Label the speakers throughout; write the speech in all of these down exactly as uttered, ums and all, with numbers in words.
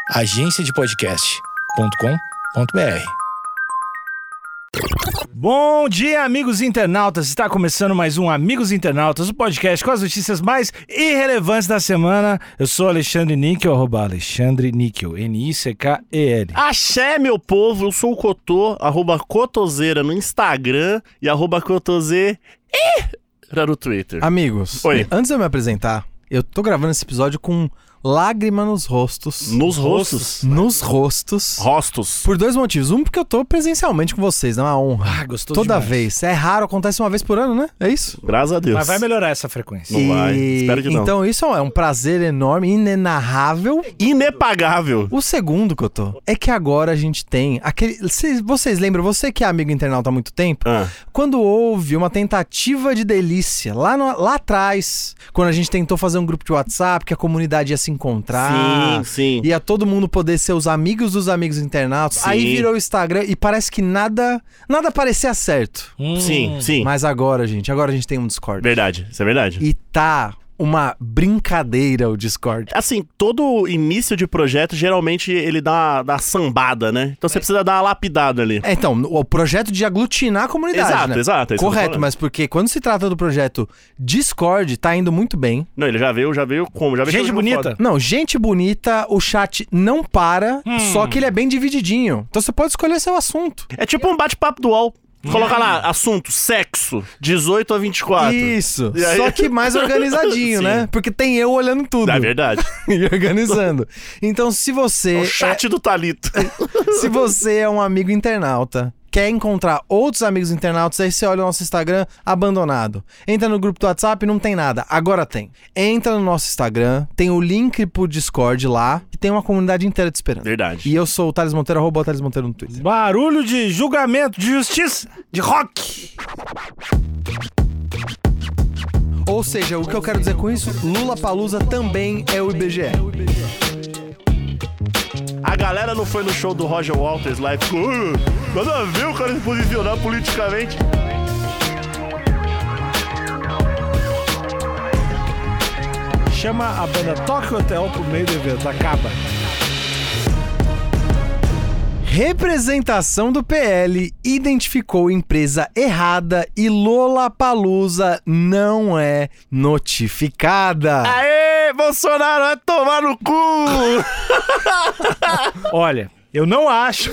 Speaker 1: agência de podcast ponto com ponto b r. Bom dia, amigos internautas! Está começando mais um Amigos Internautas, o podcast com as notícias mais irrelevantes da semana. Eu sou Alexandre Níquel, arroba Alexandre Níquel, N I C K E L.
Speaker 2: Axé, meu povo! Eu sou o Cotô, arroba Cotoseira no Instagram e arroba Cotoseira no Twitter.
Speaker 3: Amigos,
Speaker 2: Oi.
Speaker 3: Antes de eu me apresentar, eu tô gravando esse episódio com lágrima nos rostos.
Speaker 2: Nos rostos?
Speaker 3: Nos rostos.
Speaker 2: Rostos.
Speaker 3: Por dois motivos. Um, porque eu tô presencialmente com vocês, não é uma honra.
Speaker 1: Ah, gostoso
Speaker 3: Toda
Speaker 1: demais.
Speaker 3: vez. É raro, acontece uma vez por ano, né? É isso?
Speaker 2: Graças a Deus.
Speaker 1: Mas vai melhorar essa frequência.
Speaker 2: Não vai. Espero que não.
Speaker 3: Então isso é um prazer enorme, inenarrável.
Speaker 2: Inepagável.
Speaker 3: O segundo que eu tô é que agora a gente tem aquele... Cês, vocês lembram, você que é amigo internauta há muito tempo,
Speaker 2: Ah.
Speaker 3: quando houve uma tentativa de delícia lá, no, lá atrás, quando a gente tentou fazer um grupo de WhatsApp, que a comunidade ia se encontrar...
Speaker 2: Sim, sim.
Speaker 3: Ia todo mundo poder ser os amigos dos amigos internautas.
Speaker 2: Sim.
Speaker 3: Aí virou o Instagram e parece que nada, nada parecia certo.
Speaker 1: Hum.
Speaker 2: Sim, sim.
Speaker 3: Mas agora, gente, agora a gente tem um Discord.
Speaker 2: Verdade, isso é verdade.
Speaker 3: E tá uma brincadeira o Discord.
Speaker 2: Assim, todo início de projeto, geralmente, ele dá uma, dá uma sambada, né? Então você precisa dar uma lapidada ali.
Speaker 3: É, então, o projeto de aglutinar a comunidade,
Speaker 2: Exato,
Speaker 3: né?
Speaker 2: exato, é isso que eu tô
Speaker 3: Correto,
Speaker 2: falando.
Speaker 3: mas porque quando se trata do projeto Discord, tá indo muito bem.
Speaker 2: Não, ele já veio, já veio como? Já veio
Speaker 1: Gente
Speaker 2: que eu jogo
Speaker 1: bonita.
Speaker 2: foda.
Speaker 3: Não, gente bonita, o chat não para,
Speaker 1: Hum.
Speaker 3: só que ele é bem divididinho. Então você pode escolher seu assunto.
Speaker 2: É tipo um bate-papo do U O L. Coloca lá, assunto, sexo, dezoito a vinte e quatro.
Speaker 3: Isso,
Speaker 2: E aí?
Speaker 3: só que mais organizadinho,
Speaker 2: Sim.
Speaker 3: né? Porque tem eu olhando tudo.
Speaker 2: É verdade.
Speaker 3: E organizando. Então, se você
Speaker 2: É o chat do Thalito.
Speaker 3: é, se você é um amigo internauta, quer encontrar outros amigos internautas, aí você olha o nosso Instagram abandonado. Entra no grupo do WhatsApp, não tem nada. Agora tem. Entra no nosso Instagram, tem o link pro Discord lá, e tem uma comunidade inteira te esperando.
Speaker 2: Verdade.
Speaker 3: E eu sou o Thales Monteiro, arroba o Thales Monteiro no Twitter.
Speaker 1: Barulho de julgamento, de justiça, de rock.
Speaker 3: Ou seja, o que eu quero dizer com isso, Lollapalooza também é o I B G E.
Speaker 2: A galera não foi no show do Roger Waters lá e ficou... "Ah, nada a ver o cara se posicionar politicamente."
Speaker 1: Chama a banda Tokyo Hotel pro meio do evento, acaba.
Speaker 3: Representação do P L identificou empresa errada e Lollapalooza não é notificada.
Speaker 2: Aê, Bolsonaro, vai tomar no cu!
Speaker 1: Olha, eu não acho.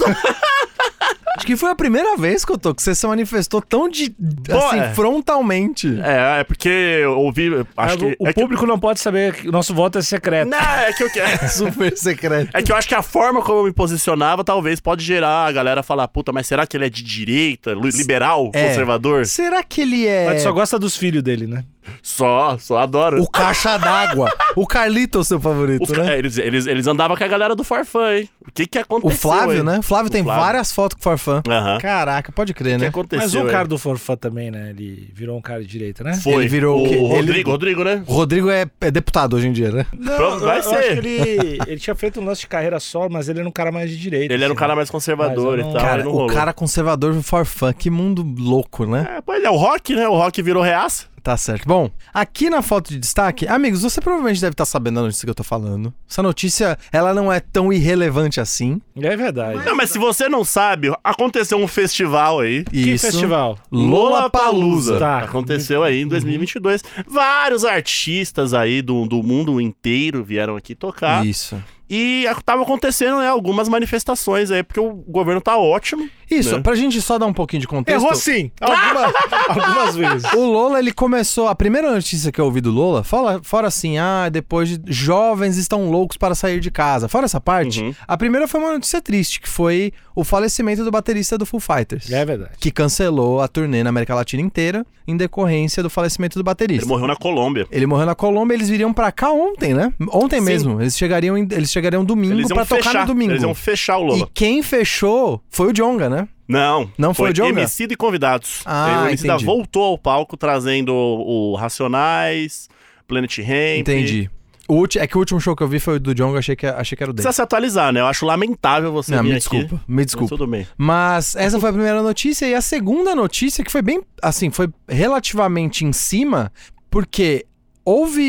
Speaker 3: Acho que foi a primeira vez que eu tô que você se manifestou tão de, assim,
Speaker 2: é.
Speaker 3: frontalmente.
Speaker 2: É, é porque eu ouvi... Acho que,
Speaker 1: o
Speaker 2: é
Speaker 1: público
Speaker 2: que...
Speaker 1: não pode saber que o nosso voto é secreto.
Speaker 2: Não, é que eu quero...
Speaker 3: Super secreto.
Speaker 2: É que eu acho que a forma como eu me posicionava talvez pode gerar a galera falar, puta, mas será que ele é de direita, li- liberal,
Speaker 3: É.
Speaker 2: conservador?
Speaker 3: Será que ele é
Speaker 1: Mas só gosta dos filhos dele, né?
Speaker 2: Só, só adoro.
Speaker 3: o caixa d'água? O Carlito é o seu favorito,
Speaker 2: Os ca-
Speaker 3: né?
Speaker 2: é, eles, eles, eles andavam com a galera do Farfã, hein? O que que
Speaker 3: O
Speaker 2: aconteceu
Speaker 3: Flávio,
Speaker 2: aí?
Speaker 3: né? O Flávio tem
Speaker 2: Flávio.
Speaker 3: várias fotos com o Farfã.
Speaker 2: Aham.
Speaker 3: Caraca, pode crer,
Speaker 2: O que
Speaker 3: né?
Speaker 2: aconteceu
Speaker 1: Mas o
Speaker 2: aí?
Speaker 1: cara do Forfã também, né? Ele virou um cara de direita, né?
Speaker 2: Foi.
Speaker 3: Ele virou o
Speaker 2: o
Speaker 3: quê?
Speaker 2: Rodrigo,
Speaker 3: Ele-
Speaker 2: Rodrigo, né?
Speaker 3: O Rodrigo é, é deputado hoje em dia, né?
Speaker 1: Não,
Speaker 2: Pronto, vai
Speaker 1: eu,
Speaker 2: ser.
Speaker 1: eu acho que ele, ele tinha feito um lance de carreira solo, mas ele era um cara mais de direita.
Speaker 2: Ele era um
Speaker 1: assim,
Speaker 2: cara
Speaker 1: né?
Speaker 2: mais conservador
Speaker 1: Mas
Speaker 2: e
Speaker 1: eu não-
Speaker 2: tal,
Speaker 3: Cara,
Speaker 2: e não
Speaker 3: o
Speaker 2: rolou.
Speaker 3: cara conservador do Farfã, que mundo louco, né?
Speaker 2: É, pois é, o Rock, né? O Rock virou reaça.
Speaker 3: Tá certo. Bom, aqui na foto de destaque, amigos, você provavelmente deve estar sabendo da notícia que eu tô falando. Essa notícia, ela não é tão irrelevante assim.
Speaker 1: É verdade.
Speaker 2: Não, mas se você não sabe, aconteceu um festival aí.
Speaker 1: Que
Speaker 3: Isso.
Speaker 1: festival?
Speaker 2: Lollapalooza.
Speaker 1: Tá.
Speaker 2: Aconteceu aí em dois mil e vinte e dois. Vários artistas aí do, do mundo inteiro vieram aqui tocar.
Speaker 3: Isso.
Speaker 2: E tava acontecendo, né, algumas manifestações aí, porque o governo tá ótimo.
Speaker 3: Isso,
Speaker 2: Né?
Speaker 3: pra gente só dar um pouquinho de contexto.
Speaker 1: Errou sim. Alguma- algumas vezes.
Speaker 3: O Lola, ele começou... A primeira notícia que eu ouvi do Lola, fora, fora assim, ah, depois de jovens estão loucos para sair de casa. Fora essa parte,
Speaker 2: Uhum.
Speaker 3: a primeira foi uma notícia triste, que foi o falecimento do baterista do Foo Fighters.
Speaker 1: É verdade.
Speaker 3: Que cancelou a turnê na América Latina inteira em decorrência do falecimento do baterista.
Speaker 2: Ele morreu na Colômbia.
Speaker 3: Ele morreu na Colômbia, eles viriam pra cá ontem, né? Ontem
Speaker 2: Sim.
Speaker 3: mesmo. Eles chegariam, em- eles chegariam domingo
Speaker 2: Eles iam
Speaker 3: pra tocar
Speaker 2: fechar.
Speaker 3: no domingo.
Speaker 2: Eles iam fechar o
Speaker 3: E
Speaker 2: Lola.
Speaker 3: quem fechou foi o Djonga, né?
Speaker 2: Não.
Speaker 3: Não foi o Djonga?
Speaker 2: Emicida e convidados.
Speaker 3: Ah,
Speaker 2: o Emicida
Speaker 3: entendi.
Speaker 2: voltou ao palco trazendo o, o Racionais, Planet Hemp.
Speaker 3: Entendi. O ulti- é que o último show que eu vi foi o do Djonga, achei que, achei que era o dele.
Speaker 2: Precisa se atualizar, né? Eu acho lamentável você
Speaker 3: Não,
Speaker 2: vir
Speaker 3: me
Speaker 2: aqui.
Speaker 3: desculpa, me
Speaker 2: Mas
Speaker 3: desculpa.
Speaker 2: tudo bem.
Speaker 3: Mas essa foi a primeira notícia. E a segunda notícia, que foi bem, assim, foi relativamente em cima, porque houve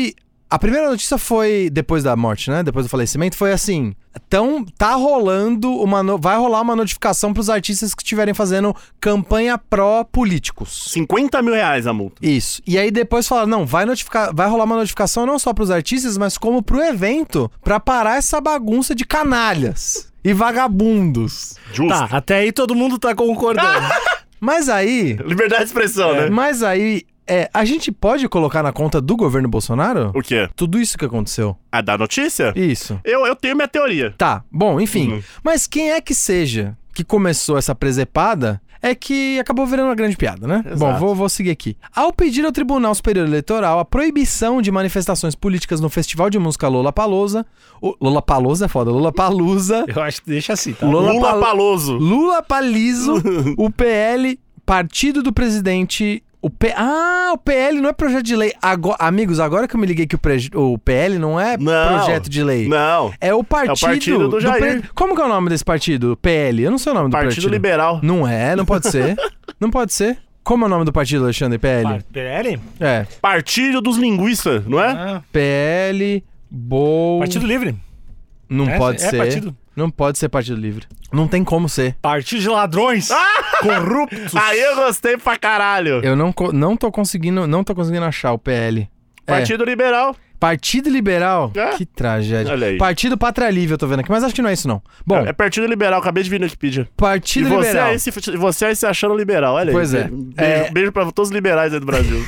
Speaker 3: A primeira notícia foi, depois da morte, né? Depois do falecimento, foi assim... Então, tá rolando uma... No... Vai rolar uma notificação pros artistas que estiverem fazendo campanha pró-políticos.
Speaker 2: cinquenta mil reais a multa.
Speaker 3: Isso. E aí depois falaram, não, vai, notificar... vai rolar uma notificação não só pros artistas, mas como pro evento, pra parar essa bagunça de canalhas e vagabundos.
Speaker 2: Justo.
Speaker 1: Tá, até aí todo mundo tá concordando.
Speaker 3: Mas aí...
Speaker 2: Liberdade de expressão,
Speaker 1: É.
Speaker 2: né?
Speaker 3: Mas aí... É, a gente pode colocar na conta do governo Bolsonaro
Speaker 2: O quê?
Speaker 3: tudo isso que aconteceu?
Speaker 2: A da notícia?
Speaker 3: Isso.
Speaker 2: Eu, eu tenho minha teoria.
Speaker 3: Tá, bom, enfim.
Speaker 2: Uhum.
Speaker 3: Mas quem é que seja que começou essa presepada é que acabou virando uma grande piada, né?
Speaker 2: Exato.
Speaker 3: Bom, vou, vou seguir aqui. Ao pedir ao Tribunal Superior Eleitoral a proibição de manifestações políticas no Festival de Música Lollapalooza... O Lollapalooza é foda, Lollapalooza...
Speaker 1: Eu acho que deixa assim, tá?
Speaker 3: Lula
Speaker 2: Lula
Speaker 3: Pal-
Speaker 2: Paloso.
Speaker 3: Lula Palizo, o P L, Partido do Presidente... O P... Ah, o P L não é projeto de lei. Agora, amigos, agora que eu me liguei que o, pre... o P L não é
Speaker 2: Não.
Speaker 3: projeto de lei.
Speaker 2: Não.
Speaker 3: É o partido,
Speaker 2: partido do Jair.
Speaker 3: pre- Como que é o nome desse partido? P L? Eu não sei o nome do
Speaker 2: Partido
Speaker 3: partido.
Speaker 2: Liberal.
Speaker 3: Não é, não pode ser. Não pode ser. Como é o nome do partido, Alexandre? P L?
Speaker 1: Par- P L?
Speaker 3: É.
Speaker 2: Partido dos linguistas, não é?
Speaker 1: Ah,
Speaker 3: P L, Bol...
Speaker 1: Partido Livre.
Speaker 3: Não
Speaker 1: É,
Speaker 3: pode
Speaker 1: é
Speaker 3: ser.
Speaker 1: partido.
Speaker 3: Não pode ser Partido Livre. Não tem como ser.
Speaker 1: Partido de ladrões. Corruptos.
Speaker 2: Aí eu gostei pra caralho.
Speaker 3: Eu não, co- não tô conseguindo, não tô conseguindo achar o P L. É.
Speaker 2: Partido Liberal.
Speaker 3: Partido Liberal?
Speaker 2: É.
Speaker 3: Que tragédia.
Speaker 2: Olha aí.
Speaker 3: Partido Pátria Livre, eu tô vendo aqui, mas acho que não é isso não. Bom,
Speaker 2: É Partido Liberal, acabei de vir no Wikipedia.
Speaker 3: Partido
Speaker 2: e você
Speaker 3: Liberal.
Speaker 2: aí, se, você aí se achando liberal, olha aí.
Speaker 3: Pois é.
Speaker 2: Beijo,
Speaker 3: É.
Speaker 2: beijo pra todos os liberais aí do Brasil.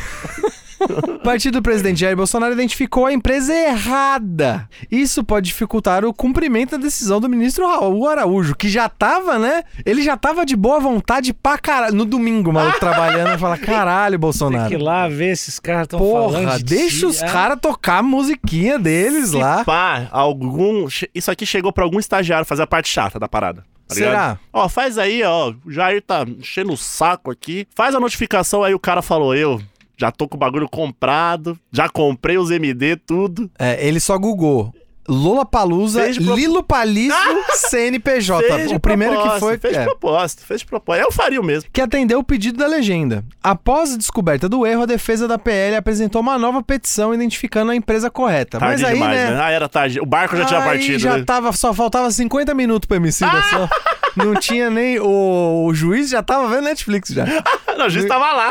Speaker 3: O partido do presidente Jair Bolsonaro identificou a empresa errada. Isso pode dificultar o cumprimento da decisão do ministro Raul Araújo, que já tava, né? Ele já tava de boa vontade pra caralho. No domingo, o maluco trabalhando, e fala: caralho,
Speaker 1: Tem
Speaker 3: Bolsonaro.
Speaker 1: que ir lá ver se esses caras estão falando
Speaker 3: Porra,
Speaker 1: de
Speaker 3: deixa
Speaker 1: ti.
Speaker 3: os
Speaker 1: Ah,
Speaker 3: caras tocar a musiquinha deles
Speaker 2: Se
Speaker 3: lá.
Speaker 2: pá, algum... che- Isso aqui chegou pra algum estagiário fazer a parte chata da parada. Tá ligado?
Speaker 3: Será?
Speaker 2: Ó, faz aí, ó. O Jair tá enchendo o saco aqui. Faz a notificação aí, o cara falou, eu... Já tô com o bagulho comprado, já comprei os M D, tudo.
Speaker 3: É, ele só googou. Lollapalooza,
Speaker 2: Fez de pro-
Speaker 3: Lilo Palizo, C N P J.
Speaker 2: Fez de
Speaker 3: O primeiro que
Speaker 2: propósito,
Speaker 3: foi...
Speaker 2: Fez de
Speaker 3: é.
Speaker 2: propósito, fez de propósito. Eu faria o mesmo.
Speaker 3: que atendeu o pedido da legenda. Após a descoberta do erro, a defesa da P L apresentou uma nova petição identificando a empresa correta.
Speaker 2: Tarde
Speaker 3: Mas aí,
Speaker 2: demais,
Speaker 3: né?
Speaker 2: né? Ah, era tarde. O barco já tinha
Speaker 3: aí
Speaker 2: partido,
Speaker 3: já
Speaker 2: né?
Speaker 3: tava, só faltava cinquenta minutos pro Emicida só. Não tinha nem... O, o juiz já tava vendo Netflix já.
Speaker 2: Não, o juiz tava lá.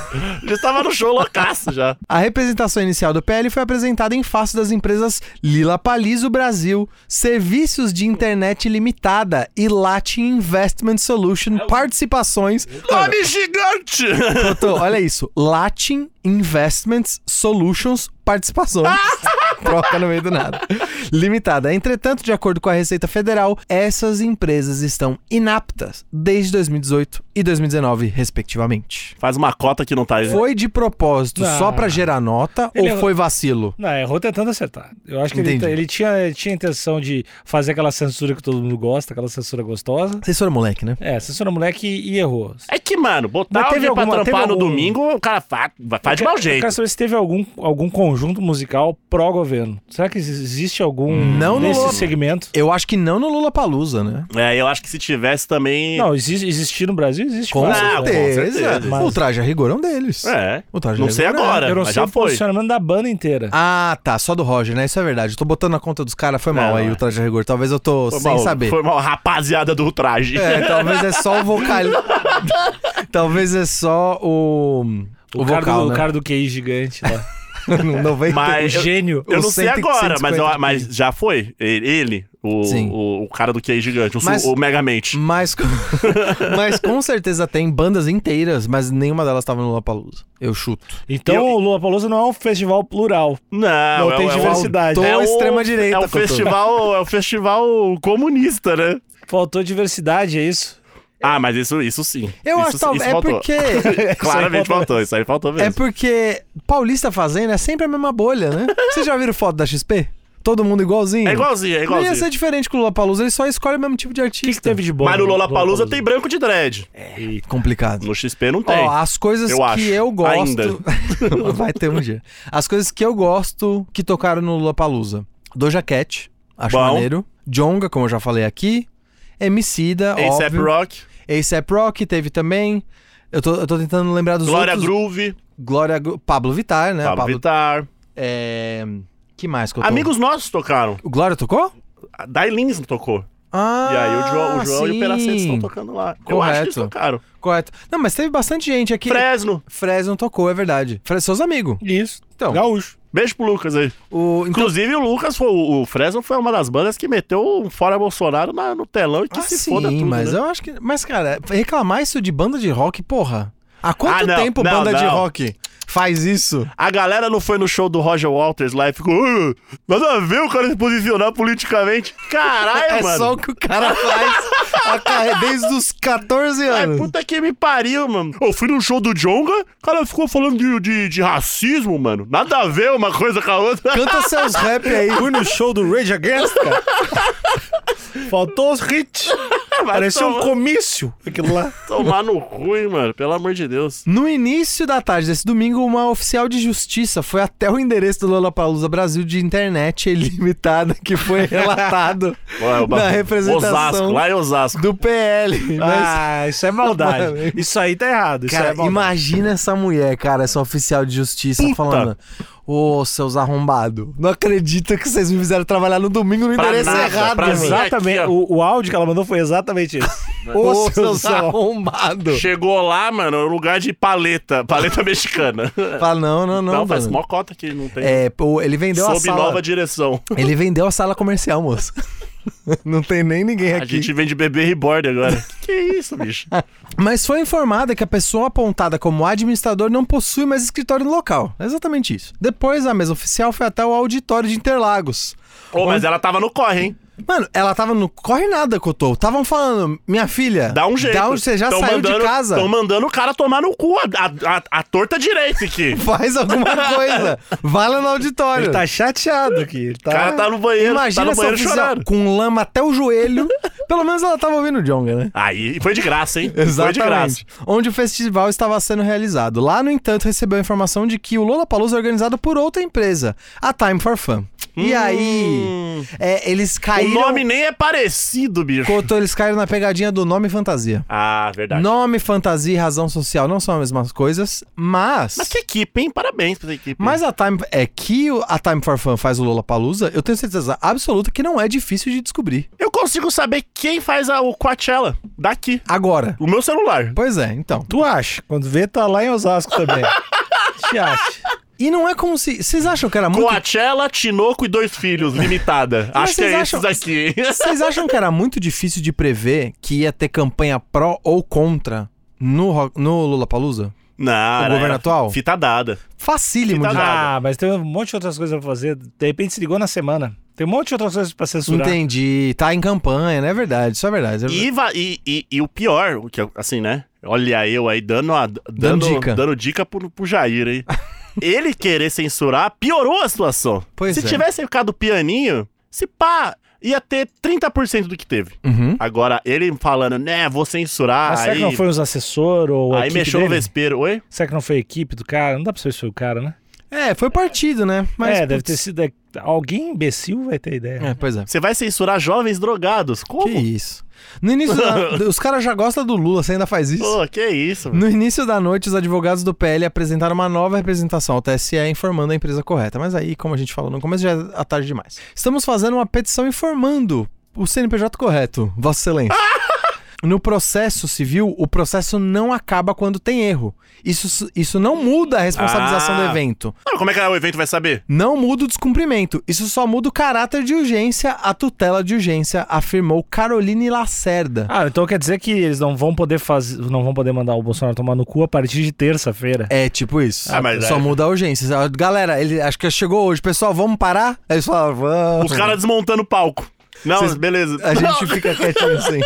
Speaker 2: O juiz tava no show loucaço já.
Speaker 3: A representação inicial do P L foi apresentada em face das empresas Lila Palizo Brasil, Serviços de Internet Limitada e Latin Investment Solution Participações...
Speaker 2: Nome gigante!
Speaker 3: Totô, olha isso. Latin Investments Solutions Participações. Troca no meio do nada. Limitada. Entretanto, de acordo com a Receita Federal, essas empresas estão inaptas desde dois mil e dezoito e dois mil e dezenove, respectivamente.
Speaker 2: Faz uma cota que não tá aí.
Speaker 3: Foi de propósito
Speaker 1: Não.
Speaker 3: só pra gerar nota
Speaker 1: Ele
Speaker 3: ou
Speaker 1: é-
Speaker 3: foi vacilo?
Speaker 1: Não, errou tentando acertar. Eu acho que ele,
Speaker 3: Entendi.
Speaker 1: ele tinha, ele tinha a intenção de fazer aquela censura que todo mundo gosta, aquela censura gostosa.
Speaker 3: Vocês foram moleque, né?
Speaker 1: É, censura moleque e, e errou.
Speaker 2: É que, mano, botar
Speaker 1: Mas teve
Speaker 2: alguém pra
Speaker 1: alguma-
Speaker 2: trampar
Speaker 1: teve
Speaker 2: no
Speaker 1: algum-
Speaker 2: domingo, o cara faz, faz de mau
Speaker 1: Eu
Speaker 2: jeito.
Speaker 1: quero saber se teve algum, algum conjunto musical pró-governo. Será que existe algum
Speaker 3: Não no
Speaker 1: nesse
Speaker 3: Lula-
Speaker 1: segmento?
Speaker 3: Eu acho que não no Lollapalooza, né?
Speaker 2: É, eu acho que se tivesse também...
Speaker 1: Não, existe, existir no Brasil existe.
Speaker 3: Com
Speaker 1: fácil.
Speaker 2: Ah, com
Speaker 3: certeza.
Speaker 2: certeza.
Speaker 3: O Traje a Rigor é um deles.
Speaker 2: É,
Speaker 3: O Traje a
Speaker 2: não sei
Speaker 3: Rigor é.
Speaker 2: agora,
Speaker 1: Eu não
Speaker 2: mas
Speaker 1: sei
Speaker 2: já
Speaker 1: o
Speaker 2: foi.
Speaker 1: posicionamento da banda inteira.
Speaker 3: Ah, tá. Só do Roger, né? Isso é verdade. Eu tô botando na conta dos caras. Foi mal
Speaker 2: Não,
Speaker 3: aí
Speaker 2: é.
Speaker 3: o Traje a Rigor. Talvez eu tô
Speaker 2: Foi
Speaker 3: sem
Speaker 2: mal,
Speaker 3: saber.
Speaker 2: Foi mal, rapaziada do traje.
Speaker 3: É, talvez é só o vocal. Talvez é só o.
Speaker 1: O,
Speaker 3: O,
Speaker 1: cara,
Speaker 3: vocal,
Speaker 1: do,
Speaker 3: né?
Speaker 1: o cara do Q I gigante lá.
Speaker 3: noventa
Speaker 2: Mas
Speaker 1: o
Speaker 2: eu-
Speaker 1: gênio.
Speaker 2: Eu
Speaker 3: Os
Speaker 2: não sei
Speaker 3: cento e-
Speaker 2: agora, mas, eu-
Speaker 3: cento e cinquenta
Speaker 2: mas já foi. Ele, ele, o,
Speaker 3: Sim.
Speaker 2: o, o cara do Q I gigante, o, su-
Speaker 3: Mas-
Speaker 2: o Megamente.
Speaker 3: Mas, com- mas com certeza tem bandas inteiras, mas nenhuma delas tava no Lollapalooza. Eu chuto.
Speaker 1: Então
Speaker 2: Eu-
Speaker 1: o Lollapalooza não é um festival plural.
Speaker 2: Não,
Speaker 1: Não tem
Speaker 2: é, o-
Speaker 1: diversidade.
Speaker 3: Tô
Speaker 2: é o
Speaker 3: extrema-direita,
Speaker 2: É o
Speaker 3: Cotô.
Speaker 2: festival, é o festival comunista, né?
Speaker 1: Faltou diversidade, é isso?
Speaker 2: Ah, mas isso, isso sim.
Speaker 3: Eu
Speaker 2: isso,
Speaker 3: acho que talvez.
Speaker 2: isso
Speaker 3: É
Speaker 2: faltou.
Speaker 3: porque.
Speaker 2: Claramente faltou, isso aí faltou mesmo.
Speaker 3: É porque Paulista fazendo é sempre a mesma bolha, né? Vocês já viram foto da X P? Todo mundo igualzinho?
Speaker 2: É igualzinho, é
Speaker 3: Não
Speaker 2: igualzinho.
Speaker 3: ia ser diferente com o Lollapalooza, ele só escolhe o mesmo tipo de
Speaker 1: O
Speaker 3: artista.
Speaker 1: que, que teve de bom?
Speaker 2: Mas no
Speaker 1: no
Speaker 2: Lollapalooza tem branco de dread.
Speaker 3: Complicado.
Speaker 2: No X P não tem.
Speaker 3: Ó, as coisas
Speaker 2: Eu
Speaker 3: que
Speaker 2: acho.
Speaker 3: eu gosto...
Speaker 2: Ainda.
Speaker 3: Vai ter um dia. As coisas que eu gosto que tocaram no Lollapalooza. Doja Cat, acho
Speaker 2: Bom.
Speaker 3: maneiro. Djonga, como eu já falei aqui. Emicida,
Speaker 2: A$AP
Speaker 3: óbvio.
Speaker 2: Rock,
Speaker 3: A$AP Rock teve também. Eu tô, eu tô tentando lembrar dos
Speaker 2: Glória
Speaker 3: outros.
Speaker 2: Groove,
Speaker 3: Glória Gru- Pablo Vittar, né?
Speaker 2: Pablo Vittar.
Speaker 3: É... Que mais, Cotô?
Speaker 2: Amigos nossos tocaram.
Speaker 3: O Glória tocou?
Speaker 2: A Dailins tocou.
Speaker 3: Ah,
Speaker 2: E aí o João, o João
Speaker 3: sim.
Speaker 2: e o Peracete estão tocando lá. Eu acho que eles
Speaker 3: Correto.
Speaker 2: tocaram.
Speaker 3: Correto. Não, mas teve bastante gente aqui.
Speaker 2: Fresno.
Speaker 3: Fresno tocou, é verdade. Fre... Seus amigos.
Speaker 1: Isso.
Speaker 3: Então.
Speaker 1: Gaúcho.
Speaker 2: Beijo pro Lucas aí.
Speaker 3: O... Então...
Speaker 2: Inclusive o Lucas, foi, o o Fresno foi uma das bandas que meteu um fora Bolsonaro na- no telão e que
Speaker 3: Ah,
Speaker 2: se
Speaker 3: sim,
Speaker 2: foda tudo,
Speaker 3: mas
Speaker 2: né?
Speaker 3: eu acho que... Mas, cara, reclamar isso de banda de rock, porra. Há quanto
Speaker 2: Ah, não,
Speaker 3: tempo
Speaker 2: não,
Speaker 3: banda de
Speaker 2: não.
Speaker 3: rock faz isso?
Speaker 2: A galera não foi no show do Roger Waters lá e ficou... "Ah, nada a ver o cara se posicionar politicamente. Caralho,
Speaker 3: É
Speaker 2: mano.
Speaker 3: só o que o cara faz a carre- desde os catorze
Speaker 2: Ai,
Speaker 3: anos.
Speaker 2: puta que me pariu, mano. Eu fui no show do Djonga, o cara ficou falando de, de, de racismo, mano. Nada a ver uma coisa com a outra.
Speaker 3: Canta seus rap aí.
Speaker 1: Fui no show do Rage Against, cara. Faltou os hits. Parecia um
Speaker 2: tomar-
Speaker 1: comício aquilo lá.
Speaker 2: Tomar no cu, hein, mano. Pelo amor de Deus.
Speaker 3: No início da tarde desse domingo, uma oficial de justiça foi até o endereço do Lollapalooza Brasil de internet ilimitada que foi relatado
Speaker 2: Ué, o ba-
Speaker 3: na representação
Speaker 2: Osasco, lá em Osasco.
Speaker 3: do P L. Mas,
Speaker 1: Ah, isso é maldade.
Speaker 3: Mano.
Speaker 1: Isso aí tá errado. Isso
Speaker 3: cara,
Speaker 1: é maldade.
Speaker 3: imagina essa mulher, cara, essa oficial de justiça
Speaker 2: Puta.
Speaker 3: falando: ô, seus arrombados, não acredito que vocês me fizeram trabalhar no domingo no
Speaker 2: Pra
Speaker 3: endereço
Speaker 2: nada,
Speaker 3: errado,
Speaker 2: pra
Speaker 3: mano.
Speaker 2: mim.
Speaker 1: Exatamente.
Speaker 2: Aqui, ó.
Speaker 1: o, o áudio que ela mandou foi exatamente isso.
Speaker 3: Ô, seus arrombados.
Speaker 2: Chegou lá, mano, no lugar de paleta. Paleta mexicana.
Speaker 3: Fala, não, não, não.
Speaker 2: Não, faz
Speaker 3: dona.
Speaker 2: mó cota que não tem.
Speaker 3: É, pô, ele vendeu a
Speaker 2: Sob
Speaker 3: sala.
Speaker 2: nova direção.
Speaker 3: Ele vendeu a sala comercial, moço. Não tem nem ninguém
Speaker 2: A
Speaker 3: aqui.
Speaker 2: gente vende bebê reborn agora. Que isso, bicho?
Speaker 3: Mas foi informada que a pessoa apontada como administrador não possui mais escritório no local. É exatamente isso. Depois, a mesa oficial foi até o auditório de Interlagos.
Speaker 2: Ô, mas ela tava no corre, hein?
Speaker 3: Mano, ela tava no... Corre nada, Cotô. Estavam falando, minha filha...
Speaker 2: Dá um jeito.
Speaker 3: Da onde você já
Speaker 2: Tão
Speaker 3: saiu
Speaker 2: mandando,
Speaker 3: de casa?
Speaker 2: Estão mandando o cara tomar no cu. A, a, a, a torta direita aqui.
Speaker 3: Faz alguma coisa. Vai lá no auditório.
Speaker 1: Ele tá chateado aqui. Ele
Speaker 2: O
Speaker 1: tá...
Speaker 2: cara tá no banheiro,
Speaker 3: Imagina
Speaker 2: tá no
Speaker 3: essa
Speaker 2: banheiro
Speaker 3: oficial
Speaker 2: chorando.
Speaker 3: com lama até o joelho. Pelo menos ela tava ouvindo o Djonga, né?
Speaker 2: Aí foi de graça, hein? Foi de graça.
Speaker 3: Exatamente. Onde o festival estava sendo realizado. Lá, no entanto, recebeu a informação de que o Lollapalooza é organizado por outra empresa, a Time for Fun. E
Speaker 2: Hum.
Speaker 3: aí, é, eles
Speaker 2: O
Speaker 3: caíram...
Speaker 2: nome nem é parecido, bicho.
Speaker 3: Couto, eles caíram na pegadinha do nome e fantasia.
Speaker 2: Ah, verdade.
Speaker 3: Nome, fantasia e razão social não são as mesmas coisas, mas...
Speaker 2: Mas que equipe, hein? Parabéns pra essa equipe.
Speaker 3: Mas a Time... É que o- a Time for Fun faz o Lollapalooza, eu tenho certeza absoluta que não é difícil de descobrir.
Speaker 2: Eu consigo saber quem faz a, o Coachella daqui.
Speaker 3: Agora.
Speaker 2: O meu celular.
Speaker 3: Pois é, então.
Speaker 1: Tu acha? Quando vê, tá lá em Osasco também. Te acha?
Speaker 3: E não é como se... Vocês acham que era muito...
Speaker 2: Coachella, Tinoco e dois filhos, limitada.
Speaker 3: Mas
Speaker 2: Acho que é
Speaker 3: vocês
Speaker 2: esses
Speaker 3: acham-
Speaker 2: aqui.
Speaker 3: Vocês acham que era muito difícil de prever que ia ter campanha pró ou contra no, ro- no Lollapalooza?
Speaker 2: Não, era-
Speaker 3: governo
Speaker 2: era
Speaker 3: atual?
Speaker 2: Fita dada.
Speaker 3: Facílimo
Speaker 2: Fita
Speaker 3: de...
Speaker 2: dada.
Speaker 1: Ah, mas tem um monte de outras coisas pra fazer. De repente se ligou na semana. Tem um monte de outras coisas pra censurar.
Speaker 3: Entendi. Tá em campanha, não é verdade? Isso é verdade.
Speaker 2: E, va- e, e, e o pior, o que eu- assim, né? Olha eu aí dando, a, dando,
Speaker 3: dica.
Speaker 2: dando dica pro, pro Jair aí. Ele querer censurar piorou a situação.
Speaker 3: Pois
Speaker 2: Se
Speaker 3: é.
Speaker 2: tivesse ficado pianinho, se pá, ia ter trinta por cento do que teve.
Speaker 3: Uhum.
Speaker 2: Agora, ele falando, né, vou censurar,
Speaker 1: Mas será
Speaker 2: aí,
Speaker 1: que não foi os assessores ou a
Speaker 2: aí
Speaker 1: equipe
Speaker 2: mexeu no
Speaker 1: dele?
Speaker 2: vespeiro. Oi?
Speaker 1: Será que não foi a equipe do cara? Não dá pra saber se foi o cara, né?
Speaker 3: É, foi partido, né? Mas,
Speaker 1: é, deve ter
Speaker 3: putz,
Speaker 1: sido... é, Alguém imbecil vai ter ideia.
Speaker 3: É, pois é.
Speaker 2: Você vai censurar jovens drogados? Como?
Speaker 3: Que isso. No início da... Os caras já gostam do Lula, você ainda faz isso?
Speaker 2: Pô, que isso, mano.
Speaker 3: No início da noite, os advogados do P L apresentaram uma nova representação ao T S E informando a empresa correta. Mas aí, como a gente falou no começo, já é tarde demais. Estamos fazendo uma petição informando o C N P J correto, Vossa Excelência. No processo civil, o processo não acaba quando tem erro. Isso, isso não muda a responsabilização
Speaker 2: Ah.
Speaker 3: do evento.
Speaker 2: Ah, como é que o evento vai saber?
Speaker 3: Não muda o descumprimento. Isso só muda o caráter de urgência, a tutela de urgência, afirmou Caroline Lacerda.
Speaker 1: Ah, então quer dizer que eles não vão poder fazer, não vão poder mandar o Bolsonaro tomar no cu a partir de terça-feira.
Speaker 3: É tipo isso.
Speaker 2: Ah, mas
Speaker 3: Só
Speaker 2: é.
Speaker 3: muda a urgência. Galera, ele acho que chegou hoje. Pessoal, vamos parar? Aí eles falaram, vamos.
Speaker 2: Os caras desmontando o palco. Não,
Speaker 3: Vocês-
Speaker 2: beleza.
Speaker 3: A gente fica quietinho assim.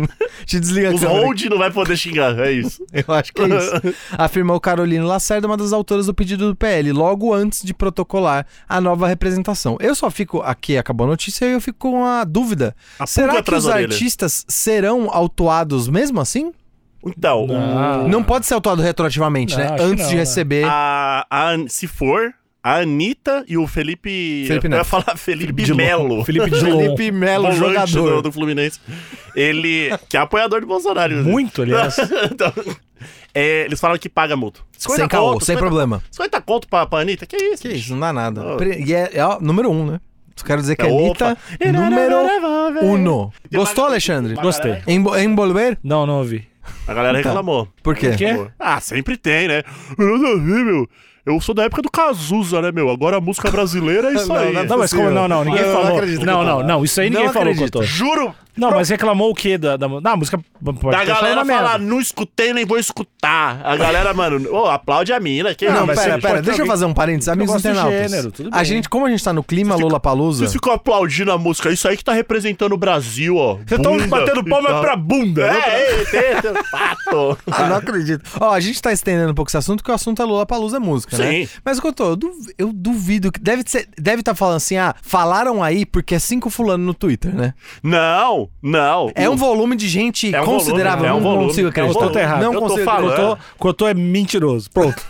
Speaker 3: Te desliga a
Speaker 2: Os
Speaker 3: câmera.
Speaker 2: hold não vai poder xingar, é isso.
Speaker 3: Eu acho que é isso. Afirmou Caroline Lacerda, uma das autoras do pedido do P L, logo antes de protocolar a nova representação. Eu só fico, aqui acabou a notícia, e eu fico com a dúvida.
Speaker 2: A
Speaker 3: Será
Speaker 2: pulga
Speaker 3: que
Speaker 2: atrás
Speaker 3: os
Speaker 2: da orelha.
Speaker 3: artistas serão autuados mesmo assim?
Speaker 2: Então,
Speaker 1: Não.
Speaker 2: o-
Speaker 3: Não pode ser autuado retroativamente,
Speaker 1: Não,
Speaker 3: né?
Speaker 1: acho que
Speaker 3: Antes
Speaker 1: não,
Speaker 3: de
Speaker 1: né?
Speaker 3: receber...
Speaker 2: a, a, se for, a Anitta e o Felipe...
Speaker 3: Felipe
Speaker 2: eu ia
Speaker 3: Neto.
Speaker 2: falar Felipe,
Speaker 1: Dilon.
Speaker 2: Melo.
Speaker 1: Felipe Dilon.
Speaker 3: Felipe Melo,
Speaker 2: volante
Speaker 3: jogador.
Speaker 2: do, do Fluminense. Ele, que é apoiador do Bolsonaro. né?
Speaker 1: Muito, aliás.
Speaker 2: Então, É, eles falaram que paga multa.
Speaker 3: Sem caô, sem problema.
Speaker 2: cinquenta conto pra, pra Anitta? Que isso?
Speaker 3: Que
Speaker 2: bicho?
Speaker 3: isso, não dá nada.
Speaker 2: Oh.
Speaker 3: E é, é ó, número um, né? Quero dizer que é
Speaker 2: Opa.
Speaker 3: Anitta, número uno. Gostou, Alexandre?
Speaker 1: Gostei.
Speaker 3: Embo- Envolver?
Speaker 1: Não, não ouvi.
Speaker 2: A galera reclamou.
Speaker 3: Por quê?
Speaker 1: Por quê?
Speaker 2: Pô, Ah, sempre tem, né? Eu não vi, meu. Eu sou da época do Cazuza, né, meu? Agora a música brasileira é isso
Speaker 3: Não,
Speaker 2: aí.
Speaker 3: não,
Speaker 1: Não, mas como não, não, ninguém
Speaker 3: Eu não
Speaker 1: falou.
Speaker 3: acredito que
Speaker 1: Não,
Speaker 3: eu
Speaker 1: não,
Speaker 3: tô-
Speaker 1: não, isso aí ninguém
Speaker 3: Não
Speaker 1: falou,
Speaker 3: acredito.
Speaker 1: Cotô.
Speaker 2: Juro.
Speaker 1: Não, mas reclamou o quê da, da, da música? Pode
Speaker 2: Da
Speaker 1: ter
Speaker 2: galera
Speaker 1: falado
Speaker 2: falar,
Speaker 1: merda.
Speaker 2: não escutei, nem vou escutar. A galera, mano, ô, aplaude a mina. Que
Speaker 3: Não,
Speaker 1: Não, mas
Speaker 3: pera,
Speaker 1: você
Speaker 3: pera,
Speaker 1: pode-
Speaker 3: deixa eu
Speaker 1: alguém-
Speaker 3: fazer um parênteses. Amigos
Speaker 1: gosto do
Speaker 3: internautas.
Speaker 1: gênero, tudo
Speaker 3: A
Speaker 1: bem.
Speaker 3: gente, como a gente tá no clima Lollapalooza...
Speaker 2: Vocês ficam aplaudindo a música. Isso aí que tá representando o Brasil, ó.
Speaker 1: Vocês estão
Speaker 2: Bunda
Speaker 1: batendo
Speaker 2: e
Speaker 1: palma
Speaker 2: tal.
Speaker 1: pra bunda. né?
Speaker 2: É, é, tem, pato.
Speaker 3: Eu não acredito. Ó, a gente tá estendendo um pouco esse assunto, porque o assunto é Lollapalooza, é música, né?
Speaker 2: Sim.
Speaker 3: Mas, Cotô, eu, duv- eu duvido que... Deve estar deve tá falando assim, ah, falaram aí porque é cinco fulano no Twitter, né?
Speaker 2: Não, não.
Speaker 3: É um volume de gente
Speaker 2: É um
Speaker 3: considerável.
Speaker 2: volume, é um
Speaker 3: não
Speaker 2: volume,
Speaker 3: consigo
Speaker 2: é um
Speaker 3: acreditar.
Speaker 1: Cotô tá errado.
Speaker 3: Não
Speaker 2: Eu tô
Speaker 3: consigo
Speaker 2: falando.
Speaker 3: acreditar.
Speaker 1: Cotô, Cotô é mentiroso. Pronto.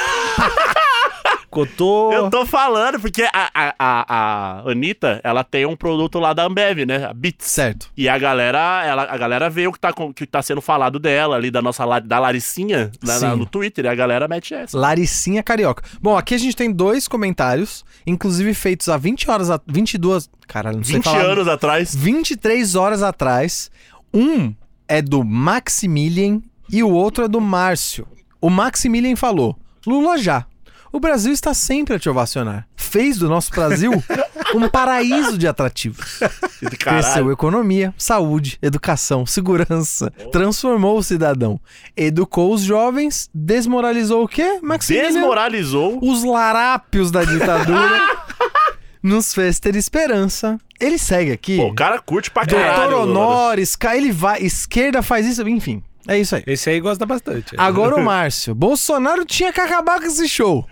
Speaker 1: Cotô...
Speaker 2: Eu tô falando, porque a, a, a, a Anitta, ela tem um produto lá da Ambev, né? A Beats.
Speaker 3: Certo.
Speaker 2: E a galera, ela, a galera vê o que tá, com- que tá sendo falado dela ali, da nossa La- da Laricinha, na- na-
Speaker 3: Sim.
Speaker 2: no Twitter, e a galera mete essa.
Speaker 3: Laricinha Carioca. Bom, aqui a gente tem dois comentários, inclusive feitos há vinte horas, a- vinte e duas... Caralho, não sei
Speaker 2: vinte
Speaker 3: falar.
Speaker 2: anos atrás.
Speaker 3: vinte e três horas atrás. Um é do Maximilian e o outro é do Márcio. O Maximilian falou: Lula já. O Brasil está sempre a te ovacionar. Fez do nosso Brasil um paraíso de atrativos. Cresceu
Speaker 2: Caralho.
Speaker 3: economia, saúde, educação, segurança. Transformou o cidadão. Educou os jovens. Desmoralizou o quê, Maximilian?
Speaker 2: Desmoralizou.
Speaker 3: Os larápios da ditadura. Nos fez ter esperança. Ele segue aqui.
Speaker 2: Pô, o cara curte pra caralho.
Speaker 3: Doutor
Speaker 2: Lula.
Speaker 3: Honores, ca- ele vai, esquerda faz isso, enfim. É isso aí.
Speaker 1: Esse aí gosta bastante.
Speaker 3: Agora o Márcio. Bolsonaro tinha que acabar com esse show.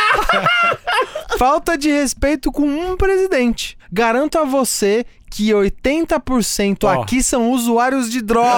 Speaker 3: Falta de respeito com um presidente. Garanto a você que oitenta por cento
Speaker 1: Ó.
Speaker 3: aqui são usuários de droga.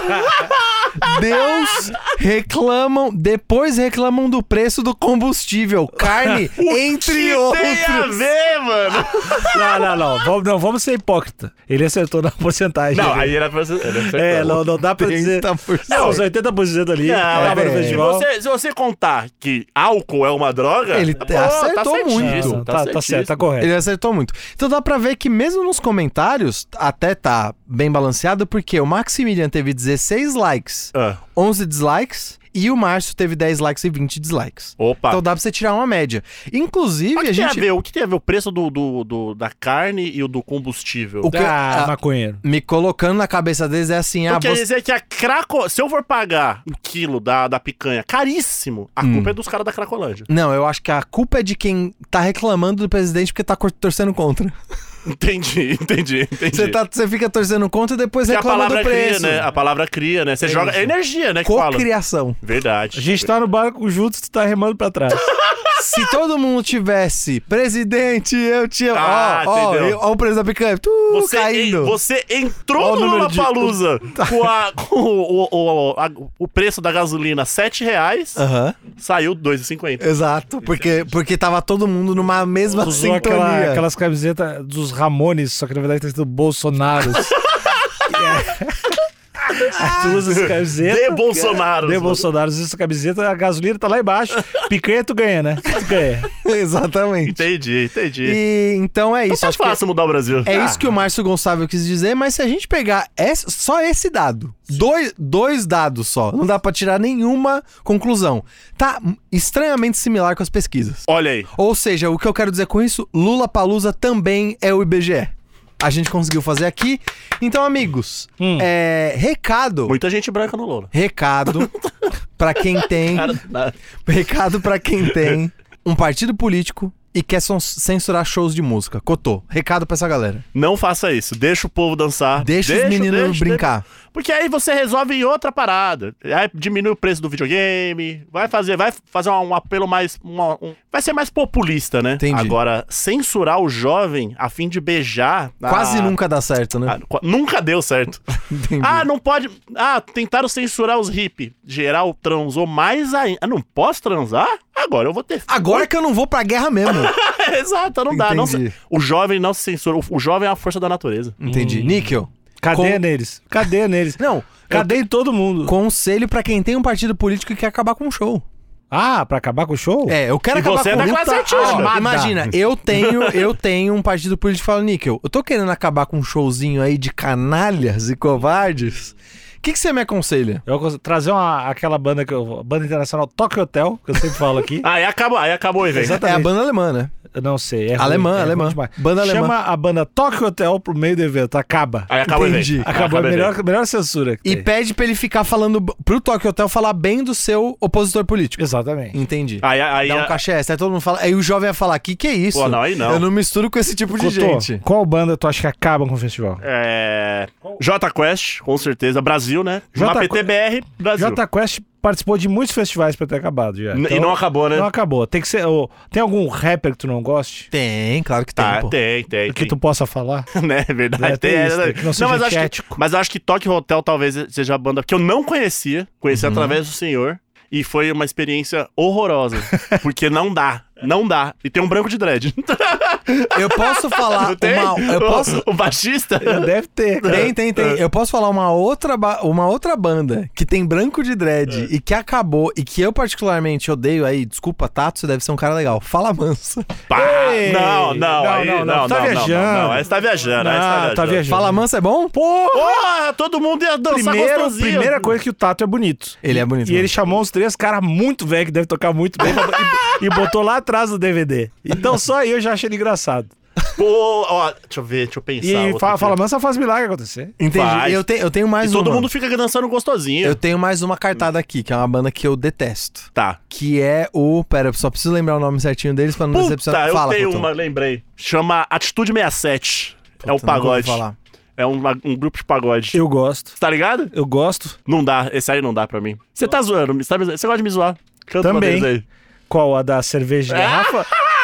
Speaker 3: Deus reclamam, depois reclamam do preço do combustível, carne, entre
Speaker 2: Que
Speaker 3: outros.
Speaker 2: tem a ver, mano?
Speaker 1: Não, não, não. Vamos, não. Vamos ser hipócrita. Ele acertou na porcentagem.
Speaker 2: Não,
Speaker 1: ali.
Speaker 2: aí era pra você. Ele acertou.
Speaker 1: É, não, não dá pra dizer...
Speaker 3: trinta por cento.
Speaker 1: Não, os oitenta por cento ali.
Speaker 2: Não,
Speaker 1: tava no
Speaker 3: é,
Speaker 2: se,
Speaker 1: festival.
Speaker 2: você, se você contar que álcool é uma droga,
Speaker 3: Ele
Speaker 2: pô,
Speaker 3: acertou
Speaker 2: certíssimo,
Speaker 3: muito.
Speaker 1: Não, tá, tá
Speaker 2: certíssimo.
Speaker 1: certo, tá correto.
Speaker 3: Ele acertou muito. Então dá pra ver que mesmo nos comentários até tá bem balanceado, porque o Maximilian teve dezesseis likes,
Speaker 2: Ah,
Speaker 3: onze dislikes, e o Márcio teve dez likes e vinte dislikes.
Speaker 2: opa.
Speaker 3: Então dá pra você tirar uma média. Inclusive,
Speaker 2: Mas o
Speaker 3: a
Speaker 2: que tem a
Speaker 3: gente...
Speaker 2: ver? O que tem a ver o preço do, do, do- da carne e o do combustível?
Speaker 3: O que-
Speaker 1: Ah,
Speaker 3: ah,
Speaker 1: maconheiro.
Speaker 3: Me colocando na cabeça deles é assim, ah,
Speaker 2: Então quer
Speaker 3: você...
Speaker 2: dizer que a Craco... Se eu for pagar um quilo da, da picanha caríssimo, a
Speaker 3: Hum.
Speaker 2: culpa é dos caras da Cracolândia.
Speaker 3: Não, eu acho que a culpa é de quem tá reclamando do presidente porque tá cor- torcendo contra.
Speaker 2: Entendi, entendi, entendi.
Speaker 3: Você, tá, você fica torcendo contra e depois
Speaker 2: Porque a
Speaker 3: reclama do
Speaker 2: palavra
Speaker 3: preço.
Speaker 2: cria, né? A palavra cria, né? Você
Speaker 3: É
Speaker 2: joga...
Speaker 3: isso.
Speaker 2: É energia, né? Que fala.
Speaker 3: Cocriação.
Speaker 2: Verdade.
Speaker 1: A gente tá no barco juntos, tu tá remando pra trás.
Speaker 3: Se todo mundo tivesse presidente, eu tinha.
Speaker 2: Ah,
Speaker 3: Ó, ó,
Speaker 2: entendeu.
Speaker 3: eu- ó, o preço da picanha. Tu
Speaker 2: Você,
Speaker 3: caindo.
Speaker 2: en- você entrou
Speaker 3: Ó o
Speaker 2: no
Speaker 3: número de-
Speaker 2: Lollapalooza com, a, com o, o, o, a- o preço da gasolina sete reais,
Speaker 3: Aham,
Speaker 2: saiu dois e cinquenta.
Speaker 3: exato. Porque, porque tava todo mundo numa mesma
Speaker 1: Tu usou
Speaker 3: sintonia.
Speaker 1: aquela, aquelas camisetas dos Ramones, só que na verdade tá escrito Bolsonaro. Tu usa essa camiseta.
Speaker 2: De Bolsonaro.
Speaker 1: De Bolsonaro, usa essa camiseta, a gasolina tá lá embaixo. Picanha tu ganha, né? Tu ganha.
Speaker 3: Exatamente.
Speaker 2: Entendi, entendi.
Speaker 3: E então é
Speaker 2: Não
Speaker 3: isso.
Speaker 2: tá
Speaker 3: Acho que
Speaker 2: fácil mudar o Brasil.
Speaker 3: é isso que o Márcio Gonçalves quis dizer, mas se a gente pegar esse- só esse dado, dois, dois dados só, não dá pra tirar nenhuma conclusão. Tá estranhamente similar com as pesquisas.
Speaker 2: Olha aí.
Speaker 3: Ou seja, o que eu quero dizer com isso, Lollapalooza também é o I B G E. A gente conseguiu fazer aqui. Então, amigos,
Speaker 1: Hum.
Speaker 3: é, recado,
Speaker 2: Muita gente branca no Lola.
Speaker 3: recado pra quem tem,
Speaker 2: Cara,
Speaker 3: recado pra quem tem um partido político e quer son- censurar shows de música. Cotô, recado pra essa galera.
Speaker 2: não faça isso. Deixa o povo dançar.
Speaker 3: Deixa, os meninos
Speaker 2: deixa,
Speaker 3: brincar.
Speaker 2: deixa. Porque aí você resolve em outra parada. Aí diminui o preço do videogame. Vai fazer, vai fazer um, um apelo mais. uma- um- vai ser mais populista, né?
Speaker 3: Entendi.
Speaker 2: Agora, censurar o jovem a fim de beijar.
Speaker 3: Quase
Speaker 2: a-
Speaker 3: nunca dá certo, né?
Speaker 2: a- qu- nunca deu certo.
Speaker 3: Entendi.
Speaker 2: Ah, não pode. Ah, tentaram censurar os hippies. Geral transou mais ainda. Ah, não posso transar? Agora eu vou ter.
Speaker 3: Agora que eu não vou pra guerra mesmo.
Speaker 2: Exato, não dá. Não se-
Speaker 3: Entendi.
Speaker 2: O jovem não se censura. O, o jovem é a força da natureza.
Speaker 3: Entendi. Níquel.
Speaker 1: Cadeia
Speaker 3: Com-
Speaker 1: neles. Cadeia neles.
Speaker 3: Não,
Speaker 1: Cadeia em todo mundo.
Speaker 3: conselho pra quem tem um partido político e quer acabar com o show.
Speaker 1: Ah, pra acabar com o show?
Speaker 3: É, eu quero
Speaker 2: E
Speaker 3: acabar
Speaker 2: você é
Speaker 3: com
Speaker 2: da
Speaker 3: luta
Speaker 2: classe artística.
Speaker 3: armada. Imagina, eu tenho, eu tenho um partido político que fala, Níquel, eu tô querendo acabar com um showzinho aí de canalhas e covardes. O que, que você me aconselha?
Speaker 1: Eu vou trazer uma, aquela banda que eu. Banda internacional Tokyo Hotel, que eu sempre falo aqui.
Speaker 2: Aí acabou, aí acabou o evento.
Speaker 1: Exatamente.
Speaker 3: É a banda alemã, né?
Speaker 1: Eu não sei. É ruim,
Speaker 3: Alemã,
Speaker 1: é ruim
Speaker 3: alemã.
Speaker 1: demais.
Speaker 3: Banda alemã.
Speaker 1: Chama a banda Tokyo Hotel pro meio do evento. Acaba.
Speaker 2: Aí acabou
Speaker 3: Entendi.
Speaker 2: o evento.
Speaker 1: Acabou.
Speaker 2: Aí
Speaker 1: A
Speaker 2: o
Speaker 1: melhor,
Speaker 2: evento.
Speaker 1: melhor censura que
Speaker 3: E
Speaker 1: tem.
Speaker 3: pede pra ele ficar falando pro Tokyo Hotel falar bem do seu opositor político.
Speaker 1: Exatamente.
Speaker 3: Entendi.
Speaker 2: Aí, aí,
Speaker 3: Dá um
Speaker 2: aí,
Speaker 3: cachê extra, aí todo mundo fala. Aí o jovem vai falar: que que é isso?
Speaker 2: Pô, não, aí não.
Speaker 3: Eu não misturo com esse tipo de
Speaker 1: Cotô,
Speaker 3: gente.
Speaker 1: qual banda tu acha que acaba com o festival?
Speaker 2: É... J Quest, com certeza. Brasil, né?
Speaker 1: J-
Speaker 2: Uma P T B R, Brasil.
Speaker 1: J Quest participou de muitos festivais pra ter acabado já.
Speaker 2: N-
Speaker 1: Então,
Speaker 2: E não acabou, né?
Speaker 1: Não acabou. Tem que ser. ô, tem algum rapper que tu não goste?
Speaker 3: Tem, claro que tem,
Speaker 2: Tá,
Speaker 3: pô.
Speaker 2: tem, tem.
Speaker 1: Que
Speaker 2: tem.
Speaker 1: tu possa falar?
Speaker 2: né, é verdade.
Speaker 1: É, tem
Speaker 2: tem,
Speaker 1: isso,
Speaker 2: é,
Speaker 1: tem que não seja
Speaker 2: mas, acho que,
Speaker 1: antiético.
Speaker 2: mas eu acho que Tokyo Hotel talvez seja a banda que eu não conhecia. Conheci
Speaker 1: Uhum.
Speaker 2: através do senhor. E foi uma experiência horrorosa. Porque não dá. Não dá. E tem um branco de dread.
Speaker 3: Eu posso falar
Speaker 2: Não tem?
Speaker 3: uma. Eu posso.
Speaker 2: O, o baixista?
Speaker 1: Deve ter. cara.
Speaker 3: Tem, tem, tem. Eu posso falar uma outra, ba- uma outra banda que tem branco de dread e que acabou e que eu particularmente odeio aí. Desculpa, Tato, você deve ser um cara legal. Fala Mansa.
Speaker 2: Pá,
Speaker 1: Ei!
Speaker 2: não, não,
Speaker 1: Não,
Speaker 2: aí,
Speaker 1: não,
Speaker 2: não,
Speaker 1: não,
Speaker 2: não,
Speaker 1: tá
Speaker 2: não,
Speaker 1: viajando.
Speaker 2: Não, não, aí você tá viajando, aí você
Speaker 1: Não,
Speaker 2: tá
Speaker 1: tá
Speaker 2: viajando.
Speaker 1: viajando.
Speaker 3: Fala Mansa é bom?
Speaker 2: Porra, todo mundo ia dançar
Speaker 1: Primeiro,
Speaker 2: gostosinho.
Speaker 1: primeira coisa que o Tato é bonito.
Speaker 3: Ele é bonito
Speaker 1: E
Speaker 3: mesmo.
Speaker 1: ele chamou uns três caras muito velhos que devem tocar muito bem e, e botou lá atrás do D V D. Então só aí eu já achei ele engraçado.
Speaker 2: Pô, ó, deixa eu ver, deixa eu pensar.
Speaker 1: E
Speaker 2: outro
Speaker 1: fala,
Speaker 2: aqui.
Speaker 1: fala mansa faz milagre acontecer.
Speaker 3: Entendi.
Speaker 2: Faz.
Speaker 3: Eu, te, eu tenho mais
Speaker 2: E todo
Speaker 3: uma.
Speaker 2: mundo fica dançando gostosinho.
Speaker 3: Eu tenho mais uma cartada aqui, que é uma banda que eu detesto.
Speaker 2: Tá.
Speaker 3: Que é o. Pera, eu só preciso lembrar o nome certinho deles pra não
Speaker 2: Puta,
Speaker 3: decepcionar.
Speaker 2: eu
Speaker 3: Fala,
Speaker 2: tenho
Speaker 3: Couto.
Speaker 2: uma, lembrei. Chama Atitude sessenta e sete.
Speaker 3: Puta,
Speaker 2: é o
Speaker 3: nunca ouvi
Speaker 2: pagode.
Speaker 3: falar.
Speaker 2: É um, um grupo de pagode.
Speaker 1: Eu gosto.
Speaker 2: Tá ligado?
Speaker 1: Eu gosto.
Speaker 2: Não dá, esse aí não dá pra mim. Você tá zoando, você tá me- você gosta de me zoar. Canta uma
Speaker 1: Também.
Speaker 2: vez aí.
Speaker 1: Qual? A da cerveja de garrafa?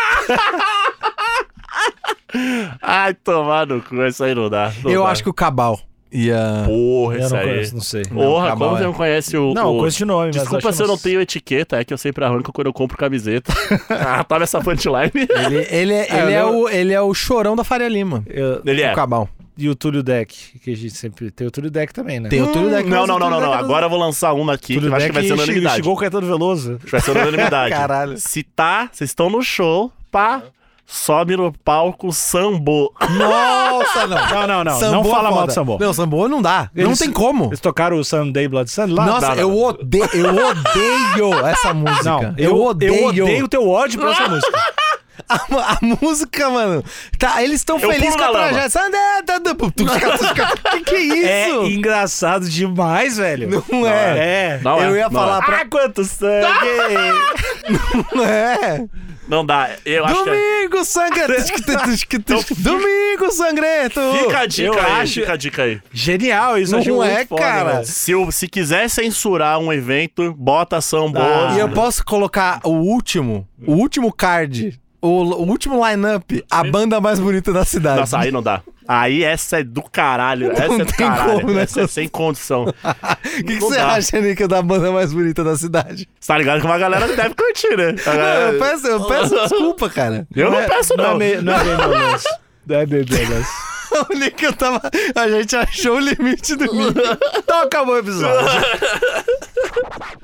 Speaker 2: Ai, tomar no cu, essa aí não dá. não
Speaker 3: Eu
Speaker 2: dá.
Speaker 3: acho que o Cabal ia.
Speaker 2: Porra,
Speaker 1: Eu
Speaker 2: esse
Speaker 1: não
Speaker 2: aí.
Speaker 1: conheço, não sei.
Speaker 2: Porra,
Speaker 3: Cabal
Speaker 2: como
Speaker 3: é.
Speaker 2: você não conhece o.
Speaker 1: Não,
Speaker 2: o...
Speaker 1: eu conheço de nome, mas
Speaker 2: Desculpa
Speaker 1: acho
Speaker 2: se eu não
Speaker 1: que
Speaker 2: tenho etiqueta, é que eu sempre arranco quando eu compro camiseta. ah, tava essa punchline.
Speaker 3: Ele, ele, é,
Speaker 1: É,
Speaker 3: ele, é
Speaker 1: eu-
Speaker 3: o, ele é o chorão da Faria Lima.
Speaker 1: Eu-
Speaker 2: Ele é.
Speaker 3: O Cabal.
Speaker 1: E o Túlio Deck, que a gente sempre tem o Túlio Deck também, né?
Speaker 3: Tem o Túlio Deck.
Speaker 2: Não,
Speaker 3: mas
Speaker 2: não,
Speaker 3: o
Speaker 2: não, não,
Speaker 3: Túlio
Speaker 2: não.
Speaker 3: Deck-
Speaker 2: Agora eu vou lançar uma aqui que
Speaker 1: Túlio
Speaker 2: eu acho que
Speaker 1: Deck
Speaker 2: vai ser unanimidade.
Speaker 1: chegou o Caetano Veloso.
Speaker 2: Vai ser unanimidade.
Speaker 3: Caralho.
Speaker 2: Se tá, vocês estão no show, pá, sobe no palco Sambo.
Speaker 3: Nossa, não.
Speaker 1: Não, não, não.
Speaker 3: Sambo
Speaker 1: não
Speaker 3: é
Speaker 1: fala mal
Speaker 3: foda.
Speaker 1: do Sambo.
Speaker 3: Não, Sambo não dá. não
Speaker 1: Eles-
Speaker 3: tem como.
Speaker 1: Eles tocaram o Sunday Blood Sunday lá?
Speaker 3: Nossa,
Speaker 2: Não, não,
Speaker 3: eu
Speaker 2: não.
Speaker 3: odeio, eu odeio essa música.
Speaker 1: Não,
Speaker 3: eu,
Speaker 1: eu,
Speaker 3: odeio.
Speaker 1: eu odeio o teu ódio por essa música.
Speaker 3: A, a música, mano. Tá, eles estão
Speaker 2: Eu
Speaker 3: felizes
Speaker 2: pulo
Speaker 3: com a
Speaker 2: na lama.
Speaker 3: tragédia. Sandé, tá, tá, pu- tusca, tusca. Que que é isso?
Speaker 1: É engraçado demais, velho.
Speaker 3: Não é.
Speaker 1: É.
Speaker 2: Não
Speaker 3: eu
Speaker 2: é,
Speaker 3: ia
Speaker 2: não
Speaker 3: falar
Speaker 2: é.
Speaker 3: pra.
Speaker 1: Ah, quanto sangue!
Speaker 3: Não é.
Speaker 2: Não dá. Eu acho que é...
Speaker 3: Domingo sangrento. Tusca, tusca. Domingo sangrento.
Speaker 2: Fica a dica
Speaker 1: Eu
Speaker 2: aí,
Speaker 1: acho-
Speaker 2: fica a dica aí.
Speaker 1: Genial isso,
Speaker 3: Não
Speaker 1: achei muito
Speaker 3: é,
Speaker 1: foda,
Speaker 3: cara.
Speaker 1: velho.
Speaker 2: Se, eu, se quiser censurar um evento, bota Sambo.
Speaker 1: Ah.
Speaker 3: E eu posso colocar o último, o último card, o, o último line-up, a banda mais bonita da cidade.
Speaker 2: Nossa, aí não dá. Aí essa é do caralho. Essa
Speaker 3: Não
Speaker 2: é do
Speaker 3: tem
Speaker 2: caralho.
Speaker 3: como, né?
Speaker 2: Essa é sem condição.
Speaker 3: O que, que
Speaker 2: Não
Speaker 3: você
Speaker 2: dá.
Speaker 3: acha, Nick, da banda mais bonita da cidade?
Speaker 2: Você tá ligado que uma galera deve curtir, né? A
Speaker 3: Não,
Speaker 2: galera-
Speaker 3: eu peço, eu peço desculpa, cara.
Speaker 2: Eu não
Speaker 1: é-
Speaker 2: peço,
Speaker 1: Não é
Speaker 2: não.
Speaker 1: meio, não é meio meu lance. Não é meio meu lance.
Speaker 3: O Nick, eu tava. A gente achou o limite do Nick.
Speaker 1: Então acabou o episódio.